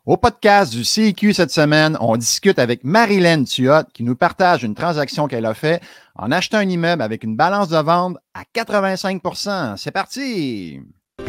Au podcast du CIQ cette semaine, on discute avec Marilyn Tuot qui nous partage une transaction qu'elle a faite en achetant un immeuble avec une balance de vente à 85 %. C'est parti!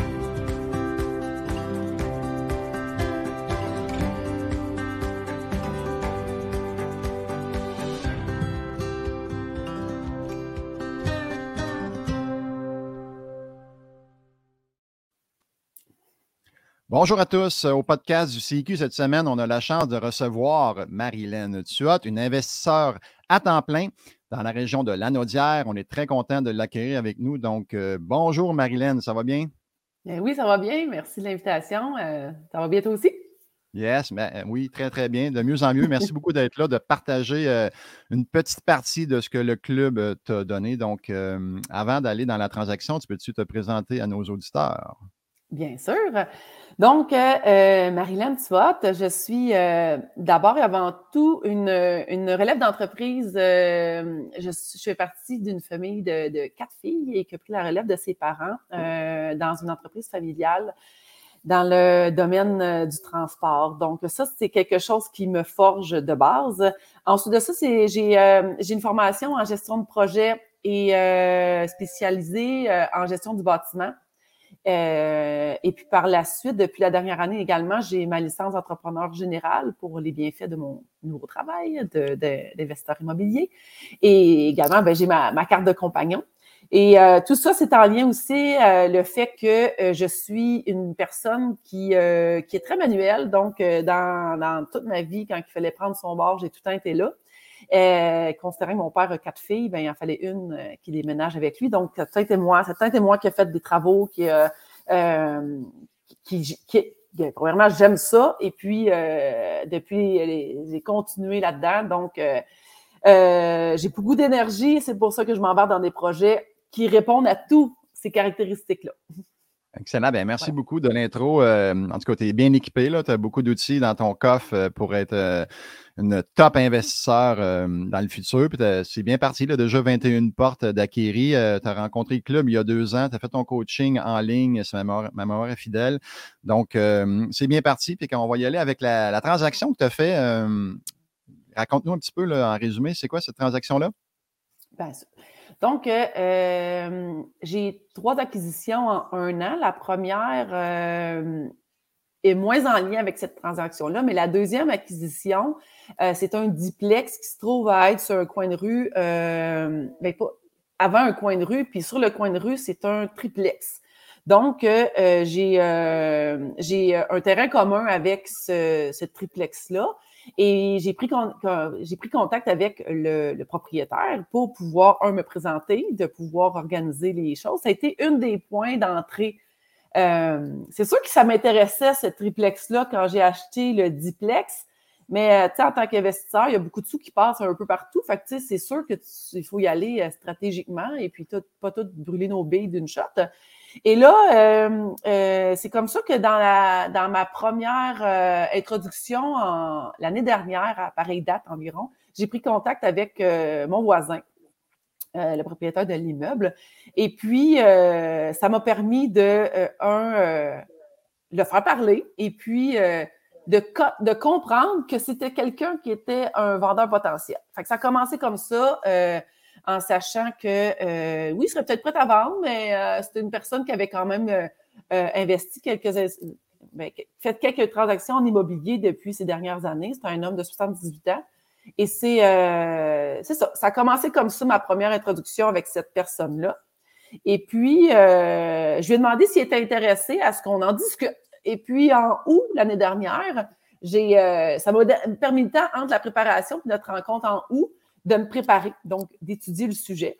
Bonjour à tous. Au podcast du CIQ cette semaine, on a la chance de recevoir Marilyn Tuot, une investisseure à temps plein dans la région de Lanaudière. On est très content de l'accueillir avec nous. Donc, bonjour Marilyn, ça va bien? Oui, ça va bien. Merci de l'invitation. Ça va bien toi aussi? Yes, oui, très, très bien. De mieux en mieux. Merci beaucoup d'être là, de partager une petite partie de ce que le club t'a donné. Donc, avant d'aller dans la transaction, peux-tu te présenter à nos auditeurs? Bien sûr. Donc, Marilyn Tuot, je suis d'abord et avant tout une relève d'entreprise. Je fais partie d'une famille de 4 filles et qui a pris la relève de ses parents dans une entreprise familiale dans le domaine du transport. Donc, ça, c'est quelque chose qui me forge de base. Ensuite de ça, j'ai une formation en gestion de projet et spécialisée en gestion du bâtiment. Et puis par la suite, depuis la dernière année également, j'ai ma licence d'entrepreneur général pour les bienfaits de mon nouveau travail d'investisseur immobilier. Et également, j'ai ma carte de compagnon. Et tout ça, c'est en lien aussi le fait que je suis une personne qui est très manuelle. Donc, dans toute ma vie, quand il fallait prendre son bord, j'ai tout le temps été là. Considérant que mon père a 4 filles, il en fallait une qui déménage avec lui. Donc, c'est peut-être moi qui a fait des travaux, premièrement, j'aime ça. Et puis, depuis, j'ai continué là-dedans. Donc, j'ai beaucoup d'énergie. C'est pour ça que je m'embarque dans des projets qui répondent à toutes ces caractéristiques-là. Excellent. Bien, merci beaucoup de l'intro. En tout cas, tu es bien équipé. Tu as beaucoup d'outils dans ton coffre pour être une top investisseur dans le futur. Puis c'est bien parti. Là, déjà 21 portes d'acquéris. Tu as rencontré le club il y a 2 ans. Tu as fait ton coaching en ligne. Si ma mémoire est fidèle. Donc, c'est bien parti. Puis quand on va y aller avec la transaction que tu as fait, raconte-nous un petit peu là, en résumé, c'est quoi cette transaction-là? Bien sûr. Donc, j'ai 3 acquisitions en 1 an. La première est moins en lien avec cette transaction-là, mais la deuxième acquisition, c'est un duplex qui se trouve à être sur un coin de rue, pas avant un coin de rue, puis sur le coin de rue, c'est un triplex. Donc, j'ai un terrain commun avec ce triplex-là. Et j'ai pris contact avec le propriétaire pour pouvoir, me présenter, de pouvoir organiser les choses. Ça a été un des points d'entrée. C'est sûr que ça m'intéressait, ce triplex-là, quand j'ai acheté le duplex. Mais en tant qu'investisseur, il y a beaucoup de sous qui passent un peu partout. Fait que c'est sûr qu'il faut y aller stratégiquement et puis pas tout brûler nos billes d'une shot. Et là, c'est comme ça que dans ma première introduction l'année dernière, à pareille date environ, j'ai pris contact avec mon voisin, le propriétaire de l'immeuble. Et puis, ça m'a permis de le faire parler et puis de comprendre que c'était quelqu'un qui était un vendeur potentiel. Fait que ça a commencé comme ça. En sachant que, oui, il serait peut-être prêt à vendre, mais c'était une personne qui avait quand même investi fait quelques transactions en immobilier depuis ces dernières années. C'est un homme de 78 ans. Et c'est ça. Ça a commencé comme ça, ma première introduction avec cette personne-là. Et puis, je lui ai demandé s'il était intéressé à ce qu'on en discute. Et puis, en août, l'année dernière, ça m'a permis le temps, entre la préparation et notre rencontre en août, de me préparer, donc d'étudier le sujet,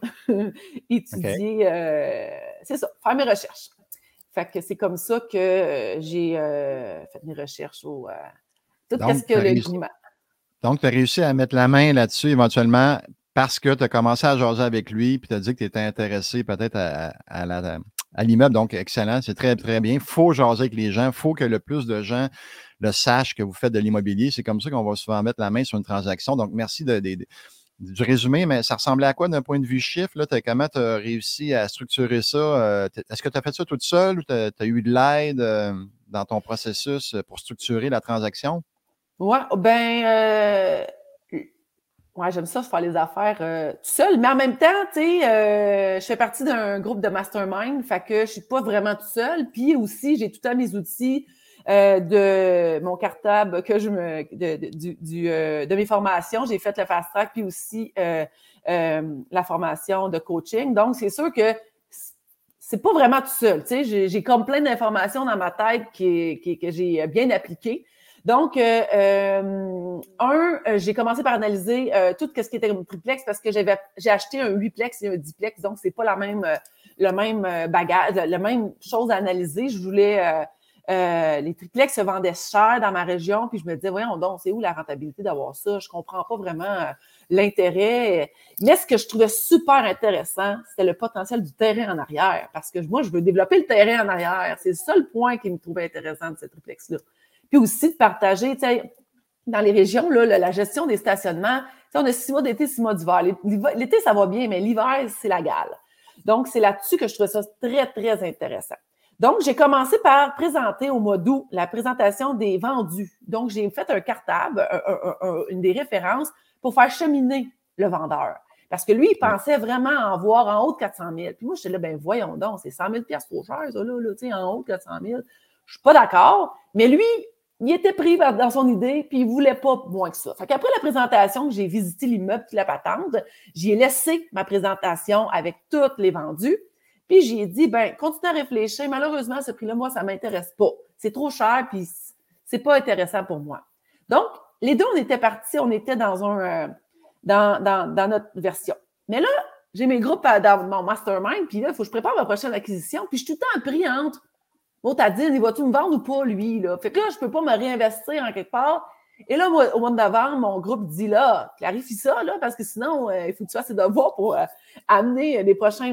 c'est ça, faire mes recherches. Fait que c'est comme ça que j'ai fait mes recherches au tout ce que le climat. Donc, tu as réussi à mettre la main là-dessus éventuellement parce que tu as commencé à jaser avec lui puis tu as dit que tu étais intéressé peut-être à l'immeuble. Donc, excellent, c'est très, très bien. Il faut jaser avec les gens. Il faut que le plus de gens le sachent que vous faites de l'immobilier. C'est comme ça qu'on va souvent mettre la main sur une transaction. Donc, merci du résumé, mais ça ressemblait à quoi d'un point de vue chiffre? Là, comment tu as réussi à structurer ça? Est-ce que tu as fait ça toute seule ou tu as eu de l'aide? dans ton processus pour structurer la transaction? Ouais, ouais, j'aime ça faire les affaires tout seul, mais en même temps, tu sais, je fais partie d'un groupe de mastermind, fait que je suis pas vraiment tout seul. Puis aussi, j'ai tout le temps mes outils de mon cartable que de mes formations. J'ai fait le fast track, puis aussi la formation de coaching. Donc, c'est sûr que c'est pas vraiment tout seul. Tu sais, j'ai comme plein d'informations dans ma tête que j'ai bien appliquées. Donc, j'ai commencé par analyser tout ce qui était un triplex parce que j'ai acheté un 8plex et un 10plex, donc c'est pas le même bagage, la même chose à analyser. Je voulais les triplex se vendaient cher dans ma région, puis je me disais, voyons donc, c'est où la rentabilité d'avoir ça? Je comprends pas vraiment l'intérêt. Mais ce que je trouvais super intéressant, c'était le potentiel du terrain en arrière, parce que moi, je veux développer le terrain en arrière. C'est le seul point qui me trouvait intéressant de cette triplex-là. Puis aussi de partager, tu sais, dans les régions, là, la gestion des stationnements, on a 6 mois d'été, 6 mois d'hiver. L'été, ça va bien, mais l'hiver, c'est la gale. Donc, c'est là-dessus que je trouvais ça très, très intéressant. Donc, j'ai commencé par présenter au mois d'août la présentation des vendus. Donc, j'ai fait un cartable, une des références pour faire cheminer le vendeur. Parce que lui, il pensait vraiment en voir en haut de 400 000. Puis moi, j'étais là, ben voyons donc, c'est 100 000 trop cher, ça, là, tu sais, en haut de 400 000. Je suis pas d'accord, mais lui, il était pris dans son idée, puis il voulait pas moins que ça. Fait qu'après la présentation, j'ai visité l'immeuble, puis la patente, j'y ai laissé ma présentation avec toutes les vendus, puis j'ai dit, ben, continue à réfléchir. Malheureusement, ce prix-là, moi, ça m'intéresse pas. C'est trop cher, puis c'est pas intéressant pour moi. Donc, les deux, on était partis, on était dans dans notre version. Mais là, j'ai mes groupes dans mon mastermind, puis là, il faut que je prépare ma prochaine acquisition, puis je suis tout le temps pris entre Tadine, il va-tu me vendre ou pas, lui? Là? Fait que là, je peux pas me réinvestir en quelque part. Et là, moi, au mois de novembre, mon groupe dit là, clarifie ça, là, parce que sinon, il faut que tu fasses tes devoirs pour amener des prochains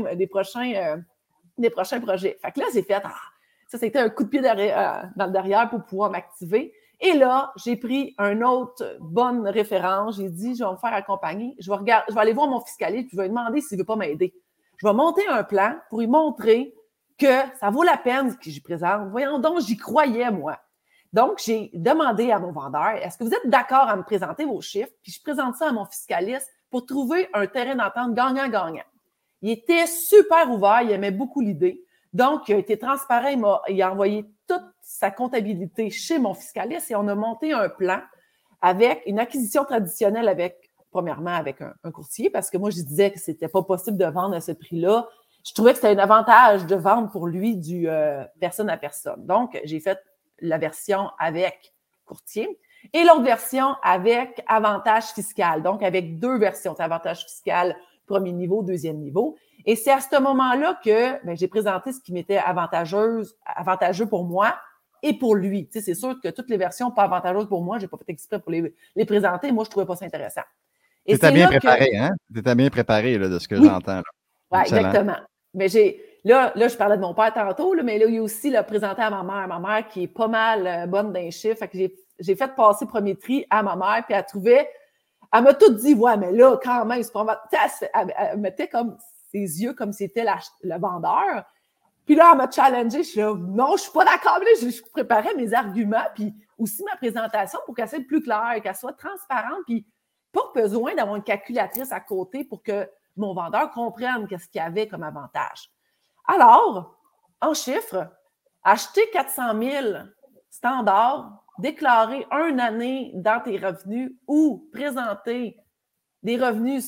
projets. Fait que là, c'est fait. Ça, c'était un coup de pied dans le derrière pour pouvoir m'activer. Et là, j'ai pris une autre bonne référence. J'ai dit, je vais me faire accompagner. Je vais aller voir mon fiscaliste, puis je vais lui demander s'il ne veut pas m'aider. Je vais monter un plan pour lui montrer que ça vaut la peine que j'y présente. Voyons donc, j'y croyais, moi. Donc, j'ai demandé à mon vendeur, est-ce que vous êtes d'accord à me présenter vos chiffres? Puis je présente ça à mon fiscaliste pour trouver un terrain d'entente gagnant-gagnant. Il était super ouvert, il aimait beaucoup l'idée. Donc, il a été transparent, il a envoyé toute sa comptabilité chez mon fiscaliste et on a monté un plan avec une acquisition traditionnelle premièrement, avec un courtier, parce que moi, je disais que c'était pas possible de vendre à ce prix-là. Je trouvais que c'était un avantage de vendre pour lui du personne à personne. Donc, j'ai fait la version avec courtier et l'autre version avec avantage fiscal. Donc, avec 2 versions, avantage fiscal premier niveau, deuxième niveau. Et c'est à ce moment-là que j'ai présenté ce qui m'était avantageux pour moi et pour lui. Tu sais, c'est sûr que toutes les versions pas avantageuses pour moi, j'ai pas fait exprès pour les présenter. Moi, je trouvais pas ça intéressant. Tu étais bien préparé, hein? Tu étais bien préparé là, de ce que j'entends. Oui, exactement. Mais là, je parlais de mon père tantôt, là, mais là, il y a aussi présenté à ma mère qui est pas mal bonne d'un chiffre. Fait que j'ai fait passer premier tri à ma mère, puis elle m'a tout dit, ouais, mais là, quand même, c'est pas elle mettait comme ses yeux comme si c'était le vendeur. Puis là, elle m'a challengé. Je suis là, non, je suis pas d'accord. Mais là, je préparais mes arguments, puis aussi ma présentation pour qu'elle soit plus claire, qu'elle soit transparente, puis pas besoin d'avoir une calculatrice à côté pour que mon vendeur comprenne qu'est-ce qu'il y avait comme avantage. Alors, en chiffres, acheter 400 000 standard, déclarer une année dans tes revenus ou présenter des revenus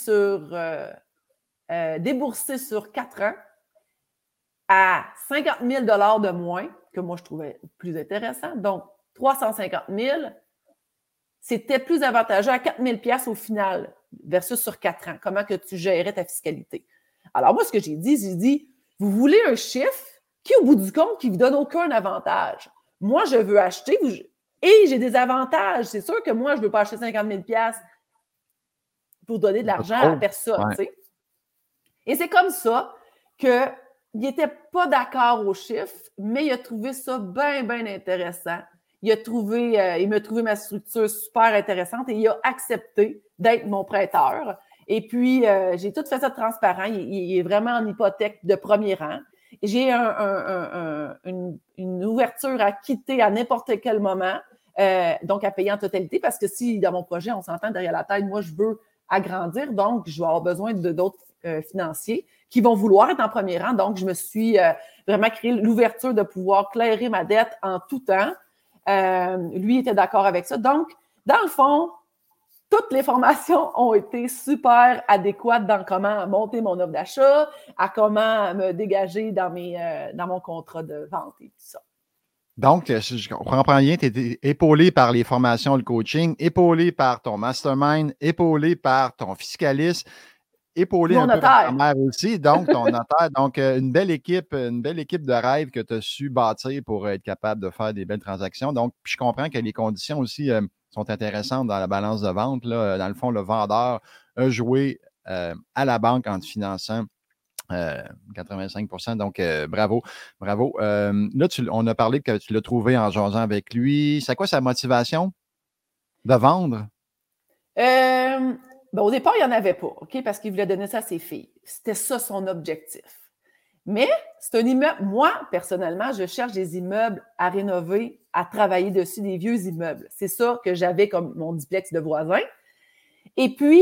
déboursés sur 4 ans à 50 000 $ de moins, que moi je trouvais plus intéressant. Donc, 350 000, c'était plus avantageux à 4 000 $ au final versus sur 4 ans. Comment que tu gérais ta fiscalité? Alors, moi, ce que j'ai dit, vous voulez un chiffre qui, au bout du compte, qui ne vous donne aucun avantage. Moi, je veux acheter et j'ai des avantages. C'est sûr que moi, je ne veux pas acheter 50 000 $ pour donner de l'argent à personne. Ouais. Et c'est comme ça qu'il n'était pas d'accord au chiffre, mais il a trouvé ça bien, bien intéressant. Il m'a trouvé ma structure super intéressante et il a accepté d'être mon prêteur. Et puis, j'ai tout fait ça transparent. Il est vraiment en hypothèque de premier rang. J'ai une ouverture à quitter à n'importe quel moment, donc à payer en totalité, parce que si dans mon projet, on s'entend derrière la tête, moi, je veux agrandir, donc je vais avoir besoin d'autres financiers qui vont vouloir être en premier rang. Donc, je me suis vraiment créé l'ouverture de pouvoir clairer ma dette en tout temps. Lui était d'accord avec ça. Donc, dans le fond, toutes les formations ont été super adéquates dans comment monter mon offre d'achat, à comment me dégager dans mon contrat de vente et tout ça. Donc, je comprends bien, tu es épaulé par les formations, le coaching, épaulé par ton mastermind, épaulé par ton fiscaliste, épaulé Mon un peu par ta notaire. mère aussi, donc ton notaire. Donc, une belle équipe de rêve que tu as su bâtir pour être capable de faire des belles transactions. Donc, je comprends que les conditions aussi sont intéressantes dans la balance de vente. Là. Dans le fond, le vendeur a joué à la banque en te finançant 85 donc bravo, bravo. Là, on a parlé que tu l'as trouvé en jasant avec lui. C'est quoi sa motivation de vendre? Au départ, il n'y en avait pas, OK, parce qu'il voulait donner ça à ses filles. C'était ça son objectif. Mais c'est un immeuble. Moi, personnellement, je cherche des immeubles à rénover, à travailler dessus, des vieux immeubles. C'est ça que j'avais comme mon duplex de voisin. Et puis,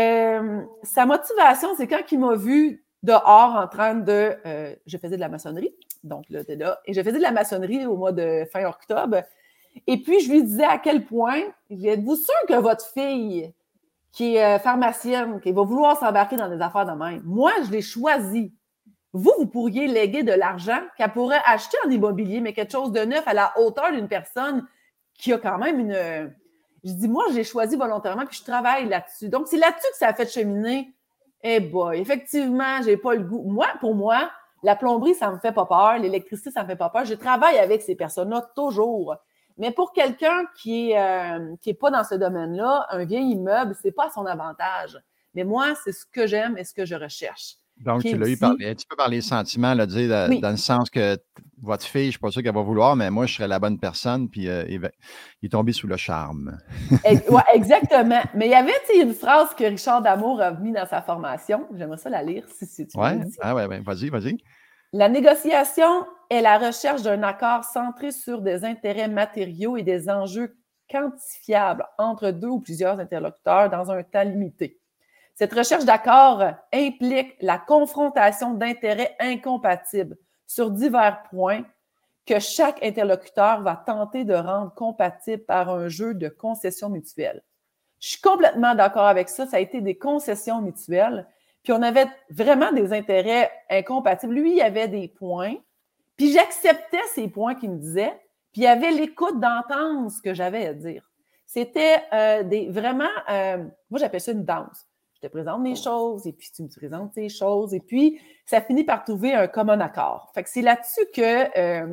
sa motivation, c'est quand il m'a vu dehors en train de... je faisais de la maçonnerie, donc là, t'es là. Et je faisais de la maçonnerie au mois de fin octobre. Et puis, je lui disais à quel point, êtes-vous sûr que votre fille, qui est pharmacienne, qui va vouloir s'embarquer dans des affaires de même, moi, je l'ai choisie. Vous pourriez léguer de l'argent qu'elle pourrait acheter en immobilier, mais quelque chose de neuf à la hauteur d'une personne qui a quand même une... Je dis, moi, j'ai choisi volontairement, puis je travaille là-dessus. Donc, c'est là-dessus que ça a fait cheminer. Eh boy, effectivement, j'ai pas le goût. Moi, pour moi, la plomberie, ça me fait pas peur. L'électricité, ça me fait pas peur. Je travaille avec ces personnes-là toujours. Mais pour quelqu'un qui est pas dans ce domaine-là, un vieil immeuble, c'est pas à son avantage. Mais moi, c'est ce que j'aime et ce que je recherche. Donc, Qui est tu l'as eu aussi, un petit peu par les sentiments, là, dire, dans oui, le sens que votre fille, je ne suis pas sûr qu'elle va vouloir, mais moi, je serais la bonne personne, puis il est tombé sous le charme. ouais, exactement. Mais il y avait une phrase que Richard Damour a mis dans sa formation. J'aimerais ça la lire, si tu me le Ouais, dis. ah ouais, ouais, vas-y, vas-y. La négociation est la recherche d'un accord centré sur des intérêts matériaux et des enjeux quantifiables entre deux ou plusieurs interlocuteurs dans un temps limité. Cette recherche d'accord implique la confrontation d'intérêts incompatibles sur divers points que chaque interlocuteur va tenter de rendre compatible par un jeu de concessions mutuelles. Je suis complètement d'accord avec ça. Ça a été des concessions mutuelles. Puis on avait vraiment des intérêts incompatibles. Lui, il avait des points. Puis j'acceptais ces points qu'il me disait. Puis il y avait l'écoute d'entendre ce que j'avais à dire. C'était vraiment, moi j'appelle ça une danse. Je te présente mes choses et puis tu me présentes tes choses. Et puis ça finit par trouver un commun accord. Fait que c'est là-dessus que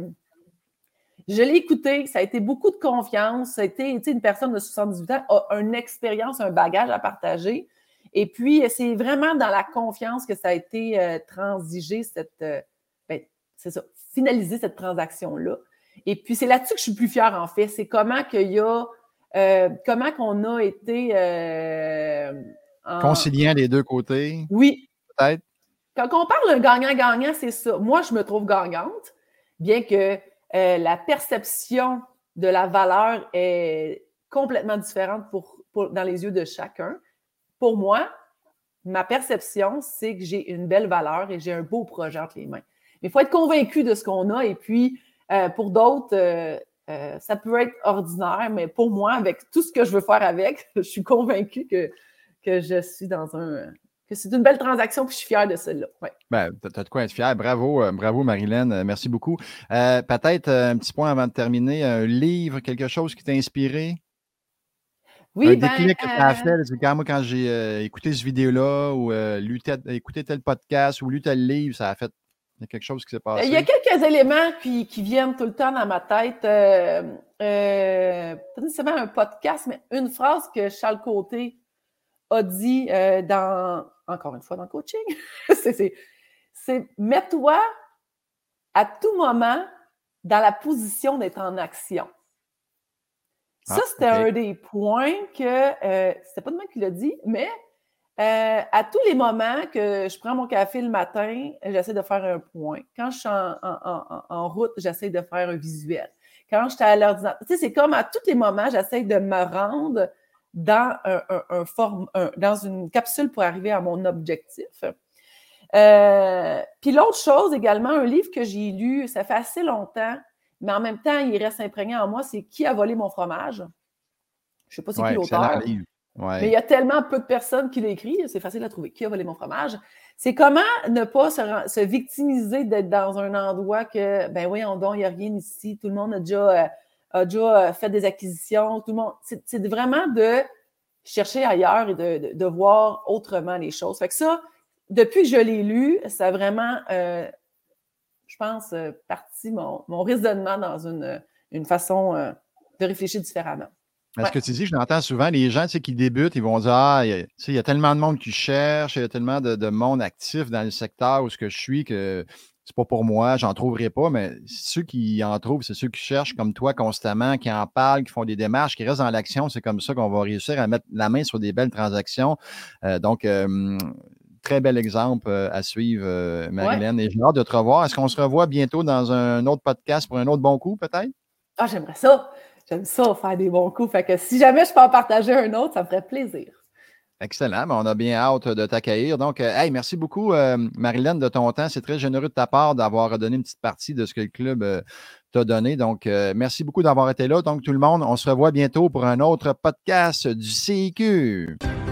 je l'ai écouté, ça a été beaucoup de confiance. Ça a été une personne de 78 ans, a une expérience, un bagage à partager. Et puis, c'est vraiment dans la confiance que ça a été transigé, c'est ça, finaliser cette transaction-là. Et puis, c'est là-dessus que je suis plus fière, en fait. C'est comment qu'on a été Conciliant les deux côtés, Oui. peut-être? Quand on parle d'un gagnant-gagnant, c'est ça. Moi, je me trouve gagnante, bien que la perception de la valeur est complètement différente dans les yeux de chacun. Pour moi, ma perception, c'est que j'ai une belle valeur et j'ai un beau projet entre les mains. Mais il faut être convaincu de ce qu'on a et puis, pour d'autres, ça peut être ordinaire, mais pour moi, avec tout ce que je veux faire avec, je suis convaincue que je suis que c'est une belle transaction, puis je suis fière de celle-là. Ouais. Ben, tu as de quoi être fier. Bravo, bravo, Marilyn. Merci beaucoup. Peut-être un petit point avant de terminer. Un livre, quelque chose qui t'a inspiré? Un Oui, déclic que tu as fait. C'est quand moi, quand j'ai écouté cette vidéo-là ou écouté tel podcast ou lu tel livre, ça a fait quelque chose qui s'est il y a passé. quelques éléments qui viennent tout le temps dans ma tête. Pas nécessairement un podcast, mais une phrase que Charles Côté a dit encore une fois, dans le coaching. c'est mets-toi à tout moment dans la position d'être en action. Ça, Ah, c'était OK. un des points que, c'était pas de moi qui l'a dit, mais À tous les moments que je prends mon café le matin, j'essaie de faire un point. Quand je suis en route, j'essaie de faire un visuel. Quand je suis à l'ordinateur, tu sais, c'est comme à tous les moments, j'essaie de me rendre dans, dans une capsule pour arriver à mon objectif. Puis l'autre chose également, un livre que j'ai lu, ça fait assez longtemps, mais en même temps, il reste imprégné en moi, c'est Qui a volé mon fromage? Je ne sais pas c'est qui Excellent l'auteur. livre. Mais il Ouais. y a tellement peu de personnes qui l'écrivent, c'est facile à trouver. Qui a volé mon fromage? C'est comment ne pas se victimiser d'être dans un endroit que, ben oui, il n'y a rien ici, tout le monde a déjà fait des acquisitions, tout le monde. C'est vraiment de chercher ailleurs et de voir autrement les choses. Fait que ça, depuis que je l'ai lu, ça a vraiment, je pense, parti mon raisonnement dans une façon de réfléchir différemment. Ce que tu dis, je l'entends souvent, les gens qui débutent, ils vont dire il y a tellement de monde qui cherche, il y a tellement de monde actif dans le secteur où ce que je suis que c'est pas pour moi, j'en trouverai pas, mais ceux qui en trouvent, c'est ceux qui cherchent comme toi constamment, qui en parlent, qui font des démarches, qui restent dans l'action. C'est comme ça qu'on va réussir à mettre la main sur des belles transactions. Très bel exemple à suivre, Marilyn. Et j'ai hâte de te revoir. Est-ce qu'on se revoit bientôt dans un autre podcast pour un autre bon coup, peut-être? Ah, j'aimerais ça. J'aime ça, faire des bons coups. Fait que si jamais je peux en partager un autre, ça me ferait plaisir. Excellent. On a bien hâte de t'accueillir. Donc, hey, merci beaucoup, Marilyn, de ton temps. C'est très généreux de ta part d'avoir donné une petite partie de ce que le club t'a donné. Donc, merci beaucoup d'avoir été là. Donc, tout le monde, on se revoit bientôt pour un autre podcast du CIQ.